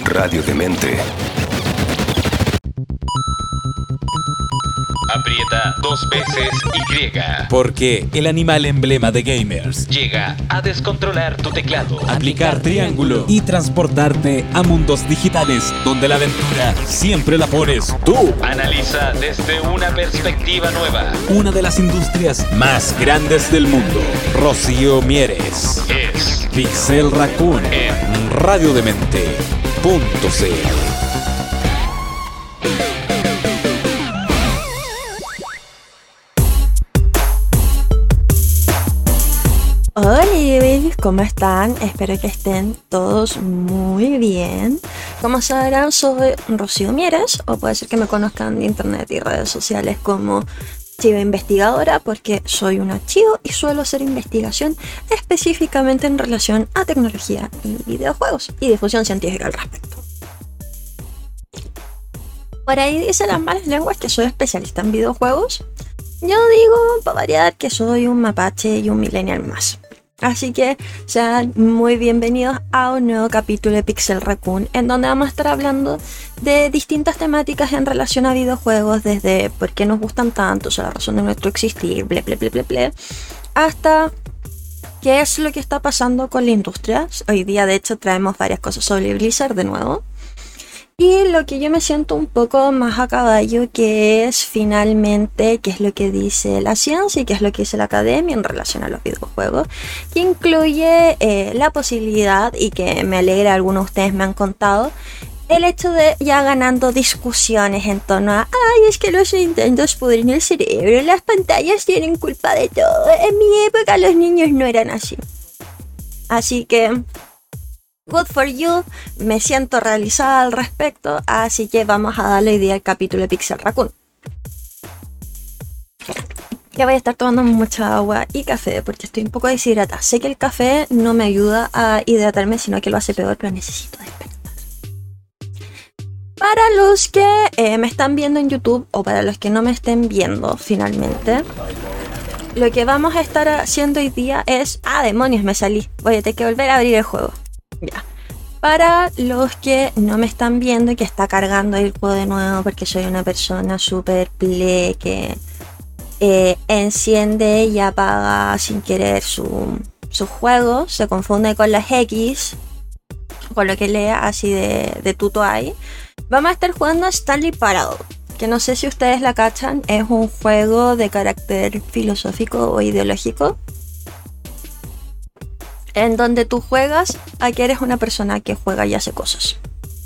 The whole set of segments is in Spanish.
Radio Demente. Aprieta 2 veces Y. Porque el animal emblema de gamers Llega a descontrolar tu teclado, aplicar triángulo y transportarte a mundos digitales donde la aventura siempre la pones tú. Analiza desde una perspectiva nueva. Una de las industrias más grandes del mundo. Rocío Mieres Es Pixel Raccoon en radiodemente.cl. Hola, ¿cómo están? Espero que estén todos muy bien. Como sabrán, soy Rocío Mieres, o puede ser que me conozcan de internet y redes sociales como Chivo Investigadora, porque soy una chivo y suelo hacer investigación específicamente en relación a tecnología y videojuegos y difusión científica al respecto. Por ahí dicen las malas lenguas que soy especialista en videojuegos. Yo digo, para variar, que soy un mapache y un millennial más. Así que sean muy bienvenidos a un nuevo capítulo de Pixel Raccoon, en donde vamos a estar hablando de distintas temáticas en relación a videojuegos, desde por qué nos gustan tanto, o sea, la razón de nuestro existir, hasta qué es lo que está pasando con la industria. Hoy día, de hecho, traemos varias cosas sobre Blizzard de nuevo. Y lo que yo me siento un poco más a caballo, que es finalmente qué es lo que dice la ciencia y qué es lo que dice la academia en relación a los videojuegos, que incluye la posibilidad, y que me alegra, algunos de ustedes me han contado, el hecho de ya ganando discusiones en torno a ay, es que los Nintendos pudren el cerebro, las pantallas tienen culpa de todo, en mi época los niños no eran así. Así que good for you, me siento realizada al respecto, así que vamos a darle idea al capítulo de Pixel Raccoon. Ya voy a estar tomando mucha agua y café porque estoy un poco deshidratada. Sé que el café no me ayuda a hidratarme, sino que lo hace peor, pero necesito despertar. Para los que me están viendo en YouTube, o para los que no me estén viendo finalmente, lo que vamos a estar haciendo hoy día es... demonios, me salí. Voy a tener que volver a abrir el juego. Ya. Para los que no me están viendo y que está cargando el juego de nuevo, porque soy una persona super play que enciende y apaga sin querer su juego, se confunde con las X, con lo que lea así de tuto ahí. Vamos a estar jugando a Stanley Parable, que no sé si ustedes la cachan, es un juego de carácter filosófico o ideológico, en donde tú juegas a que eres una persona que juega y hace cosas.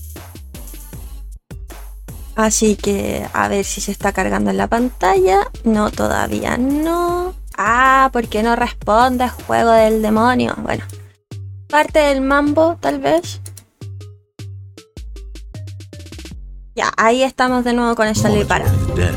Así que a ver si se está cargando en la pantalla. No, todavía no. ¿Por qué no responde? Juego del demonio. Bueno, parte del mambo tal vez. Ya, ahí estamos de nuevo con Stanley Parable.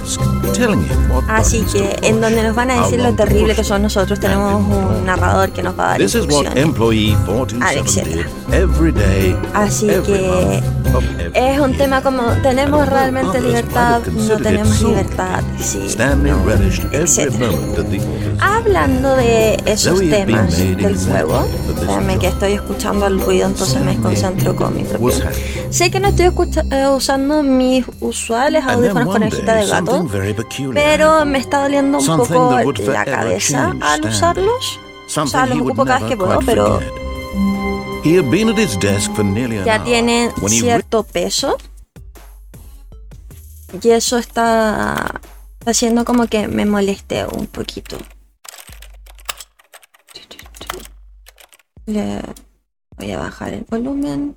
Así que en donde nos van a decir lo terrible que son nosotros, tenemos un narrador que nos va a dar instrucciones, etc. Así que es un tema como ¿tenemos realmente libertad? ¿No tenemos libertad? Sí, no, etc. Hablando de esos temas del juego, déjame que estoy escuchando el ruido, entonces me concentro con mi propio. Sé que no estoy usando mis usuales audífonos con orejita de gato, pero me está doliendo un poco la cabeza al usarlos. O sea, los ocupo cada vez que puedo, pero ya tienen cierto peso y eso está haciendo como que me moleste un poquito. Le voy a bajar el volumen.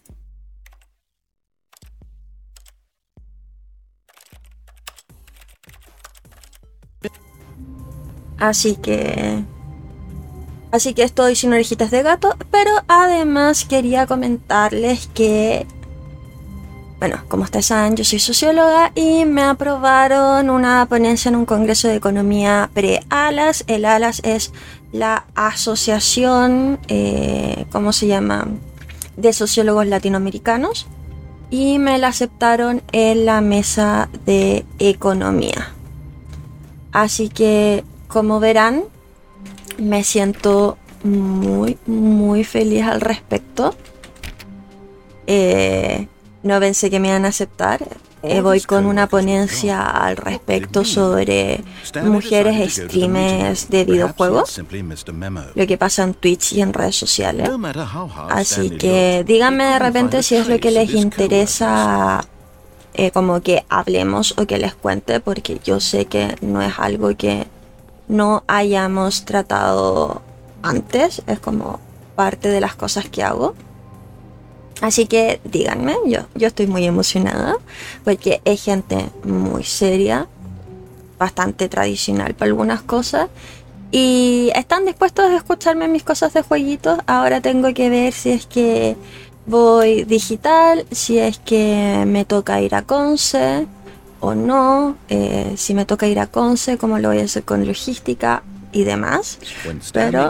Así que estoy sin orejitas de gato, pero además quería comentarles que, bueno, como ustedes saben, yo soy socióloga y me aprobaron una ponencia en un congreso de economía pre-ALAS. El ALAS es la asociación, ¿cómo se llama?, de sociólogos latinoamericanos, y me la aceptaron en la mesa de economía. Así que, como verán, me siento muy, muy feliz al respecto. No pensé que me iban a aceptar. Voy con una ponencia al respecto sobre mujeres streamers de videojuegos, lo que pasa en Twitch y en redes sociales. Así que díganme de repente si es lo que les interesa, como que hablemos o que les cuente, porque yo sé que no es algo que no hayamos tratado antes, es como parte de las cosas que hago. Así que díganme, yo estoy muy emocionada porque es gente muy seria, bastante tradicional para algunas cosas y están dispuestos a escucharme mis cosas de jueguitos. Ahora tengo que ver si es que voy digital, si es que me toca ir a Conce o no, si me toca ir a Conce, cómo lo voy a hacer con logística y demás. Pero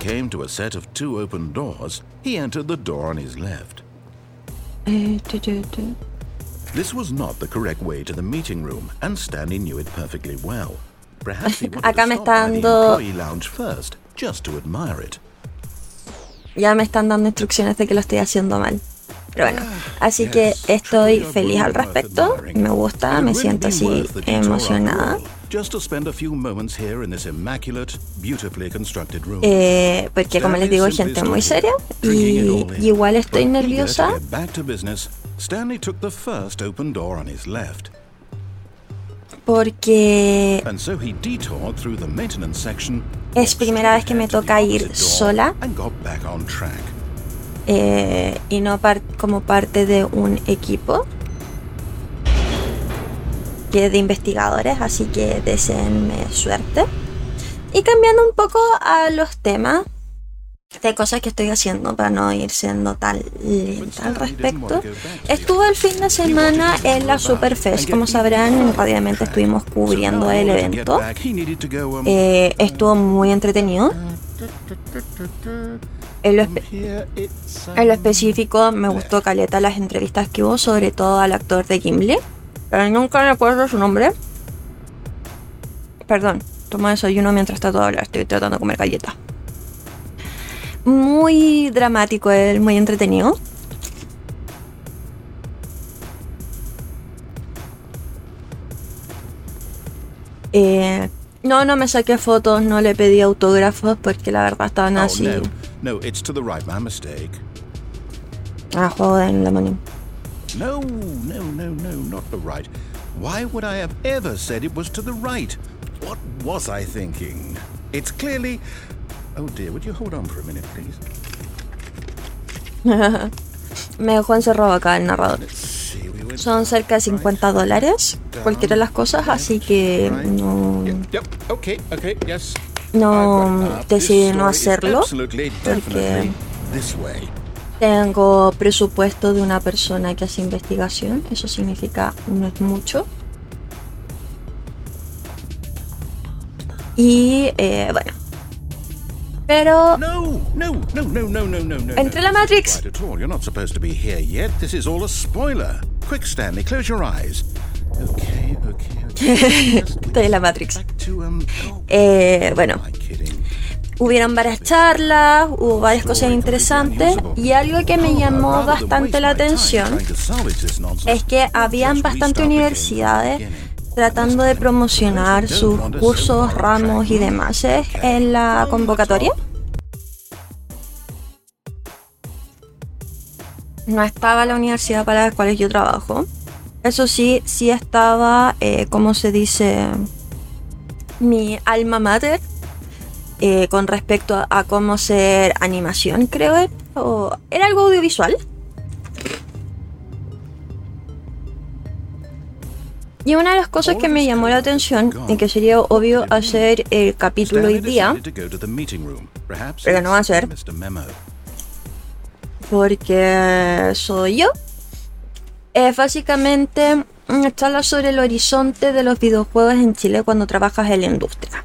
This was not the correct way to the meeting room, and Stanley knew it perfectly well. Perhaps he wanted acá to me stop está by the dando, employee lounge first, just to admire it. ya me están dando instrucciones de que lo estoy haciendo mal. Pero bueno, así que estoy feliz al respecto, me gusta, me siento así emocionada. Porque como les digo, gente muy seria y igual estoy nerviosa. Porque es primera vez que me toca ir sola y no como parte de un equipo que de investigadores, así que deseenme suerte. Y cambiando un poco a los temas de cosas que estoy haciendo para no ir siendo tan lenta al respecto. Estuve el fin de semana en la Superfest, como sabrán, rápidamente estuvimos cubriendo el evento. Estuvo muy entretenido. En lo específico me gustó caleta las entrevistas que hubo, sobre todo al actor de Gimli, pero nunca me acuerdo su nombre. Perdón, tomo desayuno mientras trato de hablar, estoy tratando de comer galletas. Muy dramático él, muy entretenido. No me saqué fotos, no le pedí autógrafos porque la verdad estaban así. No, it's to the right, my mistake. Joder, la mano. No, not the right. Why would I have ever said it was to the right? What was I thinking? It's clearly... Oh dear, would you hold on for a minute, please? Me dejó encerrado acá el narrador. Son cerca de $50 cualquiera de las cosas, así que no decidí no hacerlo porque tengo presupuesto de una persona que hace investigación. Eso significa no es mucho. Y bueno, pero entre la Matrix. You're not supposed to be here yet. This is all a spoiler. Quick, Stanley, close your eyes. Okay. Estoy en la Matrix. Bueno, hubieron varias charlas, hubo varias cosas interesantes y algo que me llamó bastante la atención es que habían bastantes universidades tratando de promocionar sus cursos, ramos y demás en la convocatoria. No estaba la universidad para la cual yo trabajo. Eso sí estaba, ¿cómo se dice? Mi alma mater, con respecto a cómo hacer animación, creo. O era algo audiovisual. Y una de las cosas que me llamó la atención, y que sería obvio hacer el capítulo hoy día, pero no va a ser, porque soy yo, es básicamente una charla sobre el horizonte de los videojuegos en Chile cuando trabajas en la industria,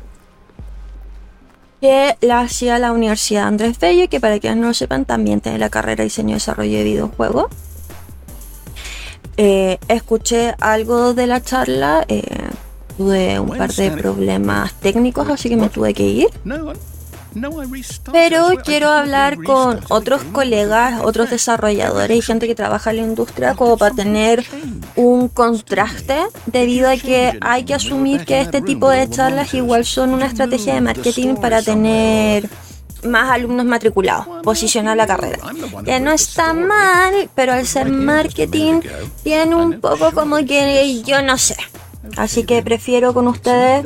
que la hacía la Universidad Andrés Bello, que para quienes no lo sepan también tiene la carrera de diseño y desarrollo de videojuegos. Escuché algo de la charla, tuve un par de problemas técnicos, así que me tuve que ir. Pero quiero hablar con otros colegas, otros desarrolladores y gente que trabaja en la industria como para tener un contraste, debido a que hay que asumir que este tipo de charlas igual son una estrategia de marketing para tener más alumnos matriculados, posicionar la carrera. Que no está mal, pero al ser marketing tiene un poco como que yo no sé. Así que prefiero con ustedes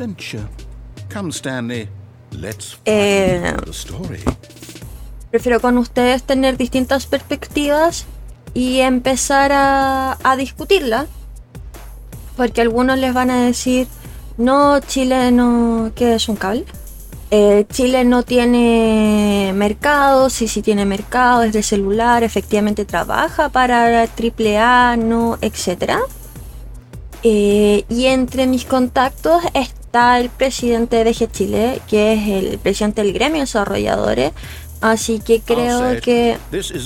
tener distintas perspectivas y empezar a discutirla, porque algunos les van a decir no, Chile no, ¿qué es un cable? Chile no tiene mercado, sí tiene mercado, es de celular, efectivamente trabaja para AAA, no, etcétera. Y entre mis contactos está el presidente de VG Chile, que es el presidente del gremio de desarrolladores, así que creo que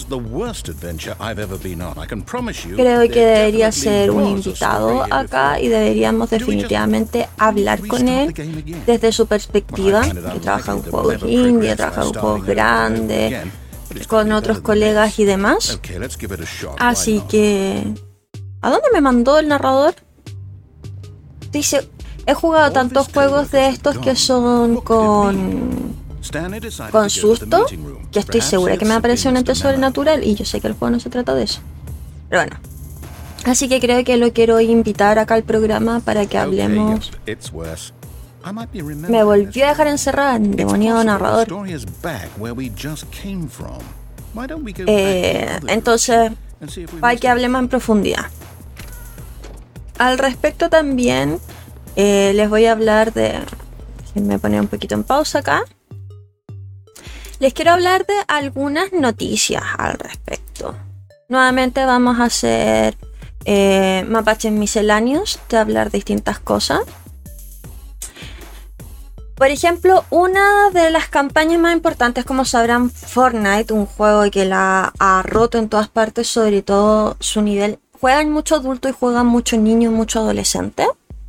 debería ser un invitado acá y deberíamos definitivamente hablar con él desde su perspectiva, que trabaja en juegos indie, trabaja en juegos grandes, con otros colegas y demás. Así que, ¿a dónde me mandó el narrador? Dice, he jugado tantos juegos de estos que son con susto, que estoy segura que me apareció un ente sobrenatural y yo sé que el juego no se trata de eso. Pero bueno, así que creo que lo quiero invitar acá al programa para que hablemos. Me volvió a dejar encerrada, endemoniado narrador. Entonces, para que hablemos en profundidad. Al respecto también, les voy a hablar de... Déjenme poner un poquito en pausa acá. Les quiero hablar de algunas noticias al respecto. Nuevamente vamos a hacer mapaches misceláneos, de hablar de distintas cosas. Por ejemplo, una de las campañas más importantes, como sabrán, Fortnite, un juego que la ha roto en todas partes, sobre todo su nivel. Juegan mucho adultos y juegan muchos niños, mucho adolescentes.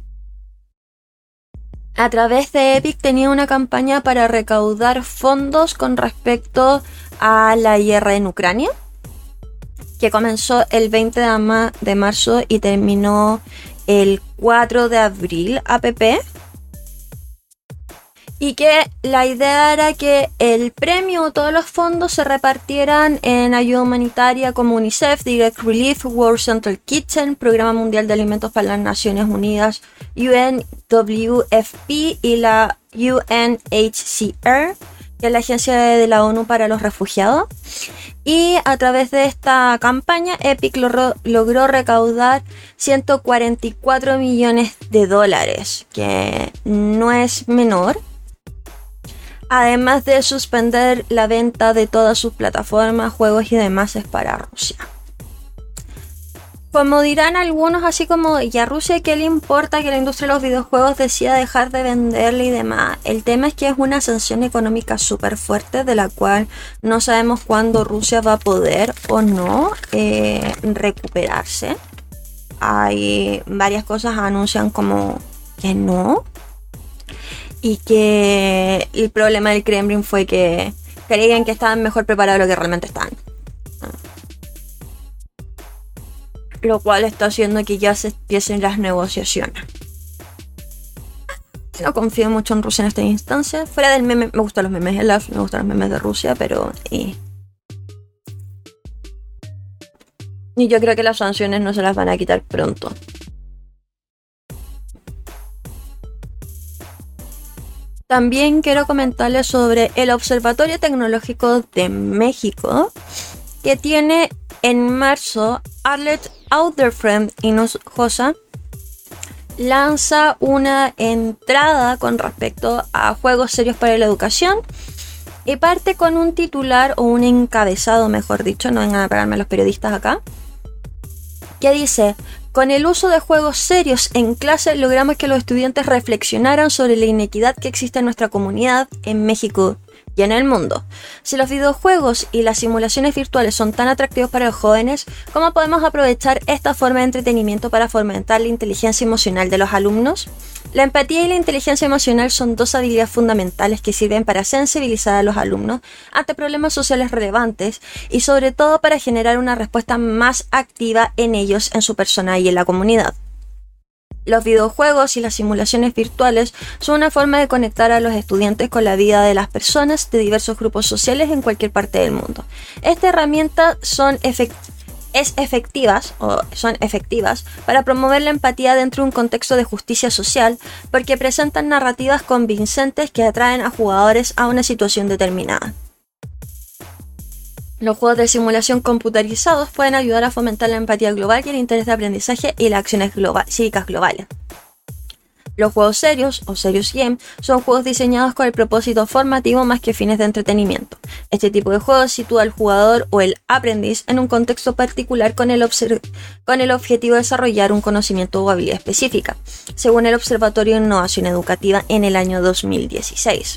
A través de Epic tenía una campaña para recaudar fondos con respecto a la guerra en Ucrania, que comenzó el 20 de marzo y terminó el 4 de abril app. Y que la idea era que el premio o todos los fondos se repartieran en ayuda humanitaria como UNICEF, Direct Relief, World Central Kitchen, Programa Mundial de Alimentos para las Naciones Unidas, UNWFP y la UNHCR, que es la Agencia de la ONU para los Refugiados. Y a través de esta campaña, Epic logró recaudar $144 millones, que no es menor. Además de suspender la venta de todas sus plataformas, juegos y demás para Rusia. Como dirán algunos, así como, ¿y a Rusia qué le importa que la industria de los videojuegos decida dejar de venderle y demás? El tema es que es una sanción económica súper fuerte, de la cual no sabemos cuándo Rusia va a poder o no recuperarse. Hay varias cosas que anuncian como que no. Y que el problema del Kremlin fue que creían que estaban mejor preparados de lo que realmente están. Lo cual está haciendo que ya se empiecen las negociaciones. No confío mucho en Rusia en esta instancia. Fuera del meme, me gustan los memes de LAF, me gustan los memes de Rusia, pero... Y yo creo que las sanciones no se las van a quitar pronto. También quiero comentarles sobre el Observatorio Tecnológico de México, que tiene en marzo Arlet Outerframe Hinojosa lanza una entrada con respecto a juegos serios para la educación y parte con un titular o un encabezado, mejor dicho, no vengan a pegarme a los periodistas acá, que dice: con el uso de juegos serios en clase logramos que los estudiantes reflexionaran sobre la inequidad que existe en nuestra comunidad en México y en el mundo. Si los videojuegos y las simulaciones virtuales son tan atractivos para los jóvenes, ¿cómo podemos aprovechar esta forma de entretenimiento para fomentar la inteligencia emocional de los alumnos? La empatía y la inteligencia emocional son dos habilidades fundamentales que sirven para sensibilizar a los alumnos ante problemas sociales relevantes y sobre todo para generar una respuesta más activa en ellos, en su persona y en la comunidad. Los videojuegos y las simulaciones virtuales son una forma de conectar a los estudiantes con la vida de las personas de diversos grupos sociales en cualquier parte del mundo. Estas herramientas son efectivas para promover la empatía dentro de un contexto de justicia social porque presentan narrativas convincentes que atraen a jugadores a una situación determinada. Los juegos de simulación computarizados pueden ayudar a fomentar la empatía global y el interés de aprendizaje y las acciones cívicas globales. Los juegos serios, o serious game, son juegos diseñados con el propósito formativo más que fines de entretenimiento. Este tipo de juegos sitúa al jugador o el aprendiz en un contexto particular con el objetivo de desarrollar un conocimiento o habilidad específica, según el Observatorio de Innovación Educativa en el año 2016.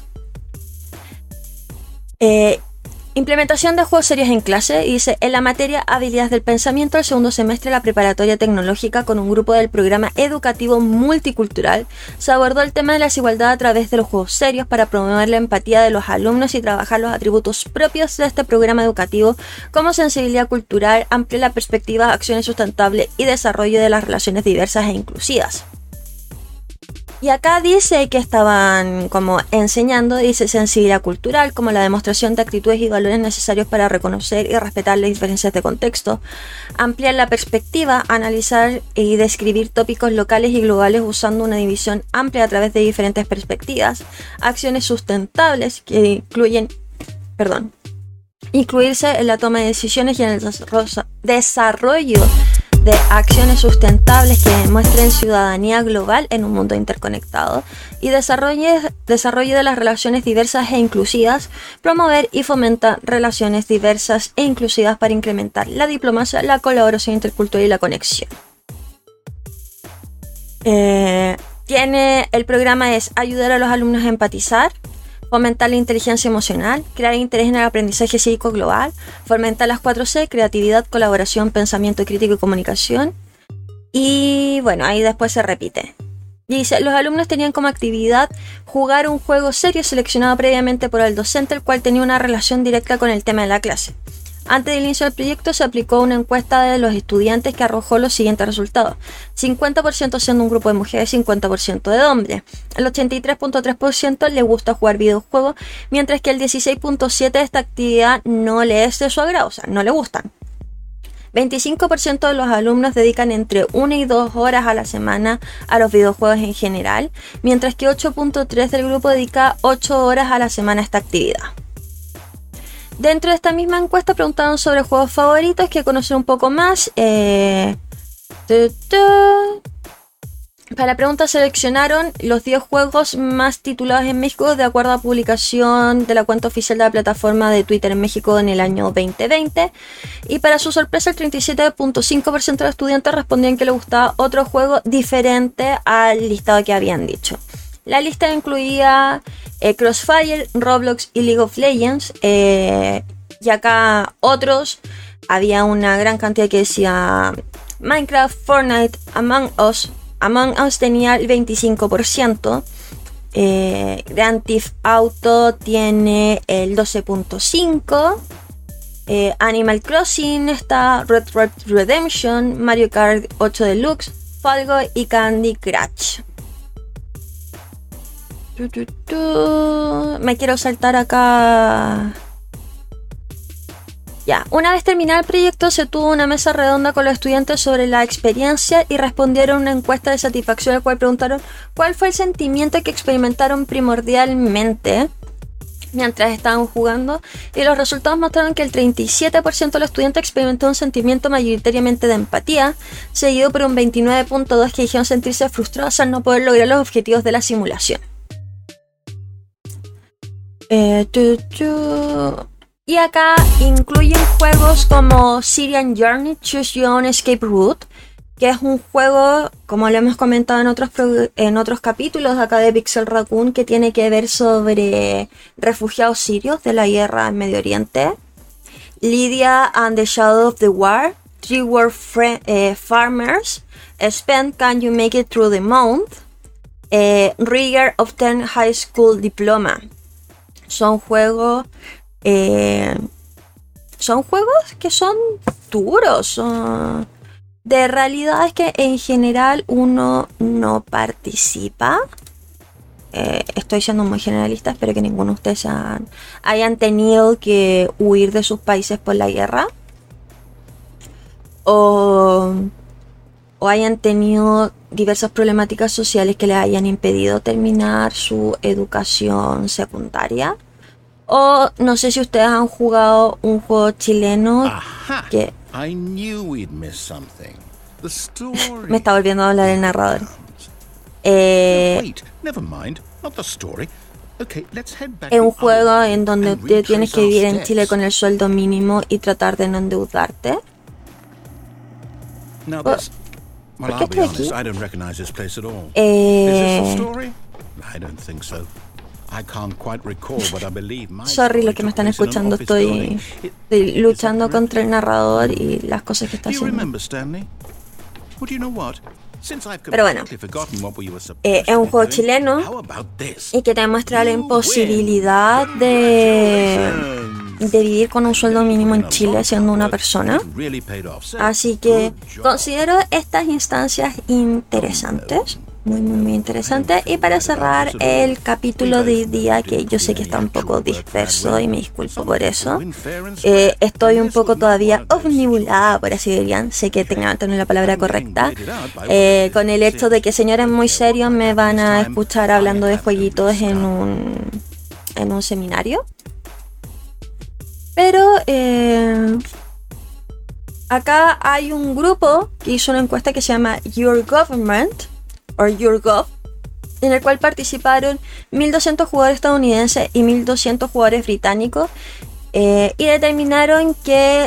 Implementación de juegos serios en clase, dice, en la materia Habilidades del Pensamiento, el segundo semestre de la preparatoria tecnológica con un grupo del programa educativo multicultural, se abordó el tema de la desigualdad a través de los juegos serios para promover la empatía de los alumnos y trabajar los atributos propios de este programa educativo como sensibilidad cultural, ampliar la perspectiva, acciones sustentables y desarrollo de las relaciones diversas e inclusivas. Y acá dice que estaban como enseñando, dice sensibilidad cultural, como la demostración de actitudes y valores necesarios para reconocer y respetar las diferencias de contexto, ampliar la perspectiva, analizar y describir tópicos locales y globales usando una división amplia a través de diferentes perspectivas, acciones sustentables que incluirse en la toma de decisiones y en el desarrollo de acciones sustentables que demuestren ciudadanía global en un mundo interconectado y desarrollo de las relaciones diversas e inclusivas, promover y fomentar relaciones diversas e inclusivas para incrementar la diplomacia, la colaboración intercultural y la conexión. El programa es ayudar a los alumnos a empatizar, fomentar la inteligencia emocional, crear interés en el aprendizaje cívico global, fomentar las 4C, creatividad, colaboración, pensamiento crítico y comunicación. Y bueno, ahí después se repite. Dice, los alumnos tenían como actividad jugar un juego serio seleccionado previamente por el docente, el cual tenía una relación directa con el tema de la clase. Antes del inicio del proyecto se aplicó una encuesta de los estudiantes que arrojó los siguientes resultados: 50% siendo un grupo de mujeres, 50% de hombres. El 83.3% le gusta jugar videojuegos, mientras que el 16.7% de esta actividad no le es de su agrado, o sea, no le gustan. 25% de los alumnos dedican entre 1 y 2 horas a la semana a los videojuegos en general, mientras que 8.3% del grupo dedica 8 horas a la semana a esta actividad. Dentro de esta misma encuesta preguntaron sobre juegos favoritos, que conocer un poco más. Para la pregunta seleccionaron los 10 juegos más titulados en México de acuerdo a publicación de la cuenta oficial de la plataforma de Twitter en México en el año 2020. Y para su sorpresa, el 37.5% de los estudiantes respondían que les gustaba otro juego diferente al listado que habían dicho. La lista incluía Crossfire, Roblox y League of Legends. Y acá otros, había una gran cantidad que decía Minecraft, Fortnite, Among Us. Among Us tenía el 25%. Grand Theft Auto tiene el 12.5%. Animal Crossing está, Red Dead Redemption, Mario Kart 8 Deluxe, Fall Guys y Candy Crush. Me quiero saltar acá. Ya, una vez terminado el proyecto se tuvo una mesa redonda con los estudiantes sobre la experiencia y respondieron a una encuesta de satisfacción, en la cual preguntaron cuál fue el sentimiento que experimentaron primordialmente mientras estaban jugando, y los resultados mostraron que el 37% de los estudiantes experimentó un sentimiento mayoritariamente de empatía, seguido por un 29.2% que dijeron sentirse frustrados al no poder lograr los objetivos de la simulación. Y acá incluyen juegos como Syrian Journey, Choose Your Own Escape Route, que es un juego, como lo hemos comentado en otros capítulos acá de Pixel Raccoon, que tiene que ver sobre refugiados sirios de la guerra en Medio Oriente. Lydia and the Shadow of the War, Three War Farmers, Spend Can You Make It Through the Month, Rigger Obtain High School Diploma. Son juegos que son duros. De realidad es que en general uno no participa. Estoy siendo muy generalista, espero que ninguno de ustedes hayan tenido que huir de sus países por la guerra. O hayan tenido diversas problemáticas sociales que les hayan impedido terminar su educación secundaria. O no sé si ustedes han jugado un juego chileno que... I knew we'd miss something. The story. Me está volviendo a hablar el narrador. Wait, never mind. Not the story. Okay, let's head back. Es un juego en donde te tienes que vivir en Chile con el sueldo mínimo y tratar de no endeudarte. Now this. Well, I'll be honest, I don't recognize this place at all. Is this a story? I don't think so. I can't quite recall, but I believe my Sorry, los que me están escuchando, estoy luchando contra el narrador y las cosas que está haciendo. Pero bueno, es un juego chileno y que te demuestra la imposibilidad de vivir con un sueldo mínimo en Chile siendo una persona. Así que considero estas instancias interesantes. Muy, muy, muy interesante. Y para cerrar el capítulo de hoy día, que yo sé que está un poco disperso y me disculpo por eso, estoy un poco todavía omnibulada, por así dirían, sé que tengo que tener la palabra correcta, con el hecho de que señores muy serios me van a escuchar hablando de jueguitos en un seminario. Pero acá hay un grupo que hizo una encuesta que se llama Your Government o YourGov, en el cual participaron 1.200 jugadores estadounidenses y 1.200 jugadores británicos, y determinaron que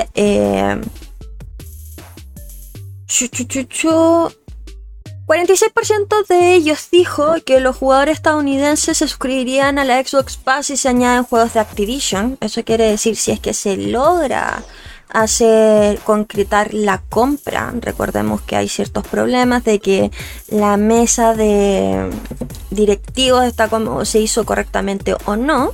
46% de ellos dijo que los jugadores estadounidenses se suscribirían a la Xbox Pass si se añaden juegos de Activision. Eso quiere decir si es que se logra concretar la compra. Recordemos que hay ciertos problemas de que la mesa de directivos está como se hizo correctamente o no.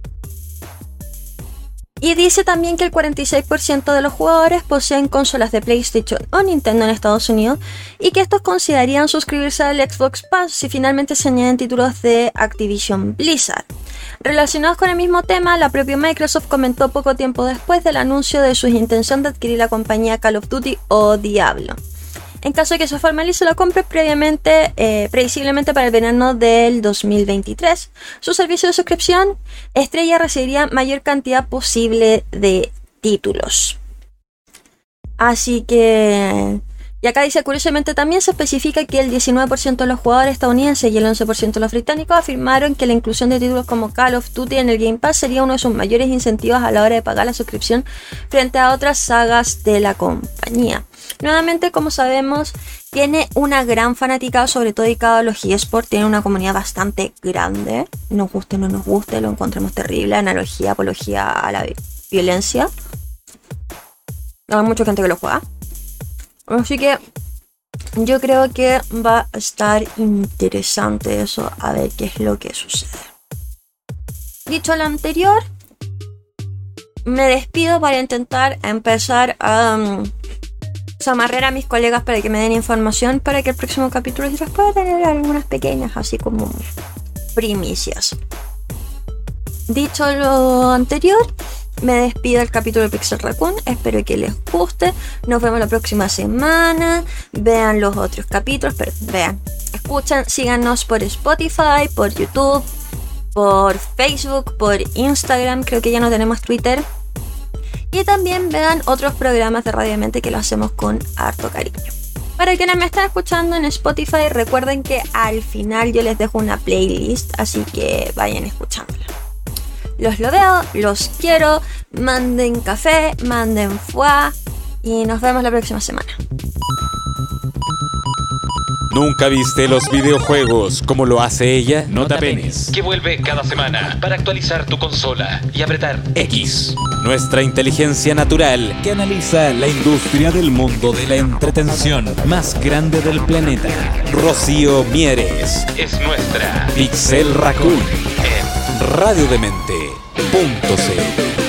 Y dice también que el 46% de los jugadores poseen consolas de PlayStation o Nintendo en Estados Unidos y que estos considerarían suscribirse al Xbox Pass si finalmente se añaden títulos de Activision Blizzard. Relacionados con el mismo tema, la propia Microsoft comentó poco tiempo después del anuncio de su intención de adquirir la compañía Call of Duty o Diablo. En caso de que se formalice la compra previsiblemente para el verano del 2023, su servicio de suscripción estrella recibiría mayor cantidad posible de títulos. Así que... Y acá dice, curiosamente también se especifica que el 19% de los jugadores estadounidenses y el 11% de los británicos afirmaron que la inclusión de títulos como Call of Duty en el Game Pass sería uno de sus mayores incentivos a la hora de pagar la suscripción frente a otras sagas de la compañía. Nuevamente, como sabemos, tiene una gran fanaticada, sobre todo dedicado a los eSports, tiene una comunidad bastante grande, nos guste o no nos guste, lo encontremos terrible, analogía, apología a la violencia. Hay mucha gente que lo juega. Así que yo creo que va a estar interesante eso, a ver qué es lo que sucede. Dicho lo anterior, me despido para intentar empezar a amarrar a mis colegas para que me den información para que el próximo capítulo les pueda tener algunas pequeñas, así como primicias. Dicho lo anterior, me despido del capítulo de Pixel Raccoon. Espero que les guste. Nos vemos la próxima semana. Vean los otros capítulos. Pero vean, escuchan, síganos por Spotify, por YouTube, por Facebook, por Instagram. Creo que ya no tenemos Twitter. Y también vean otros programas de Radiamente que lo hacemos con harto cariño. Para quienes me están escuchando en Spotify, recuerden que al final yo les dejo una playlist, así que vayan escuchándola. Los lo veo, los quiero, manden café, manden foie y nos vemos la próxima semana. ¿Nunca viste los videojuegos como lo hace ella? No te apenes. Que vuelve cada semana para actualizar tu consola y apretar X. Nuestra inteligencia natural que analiza la industria del mundo de la entretención más grande del planeta. Rocío Mieres. Es nuestra Pixel Raccoon en radiodemente.cl.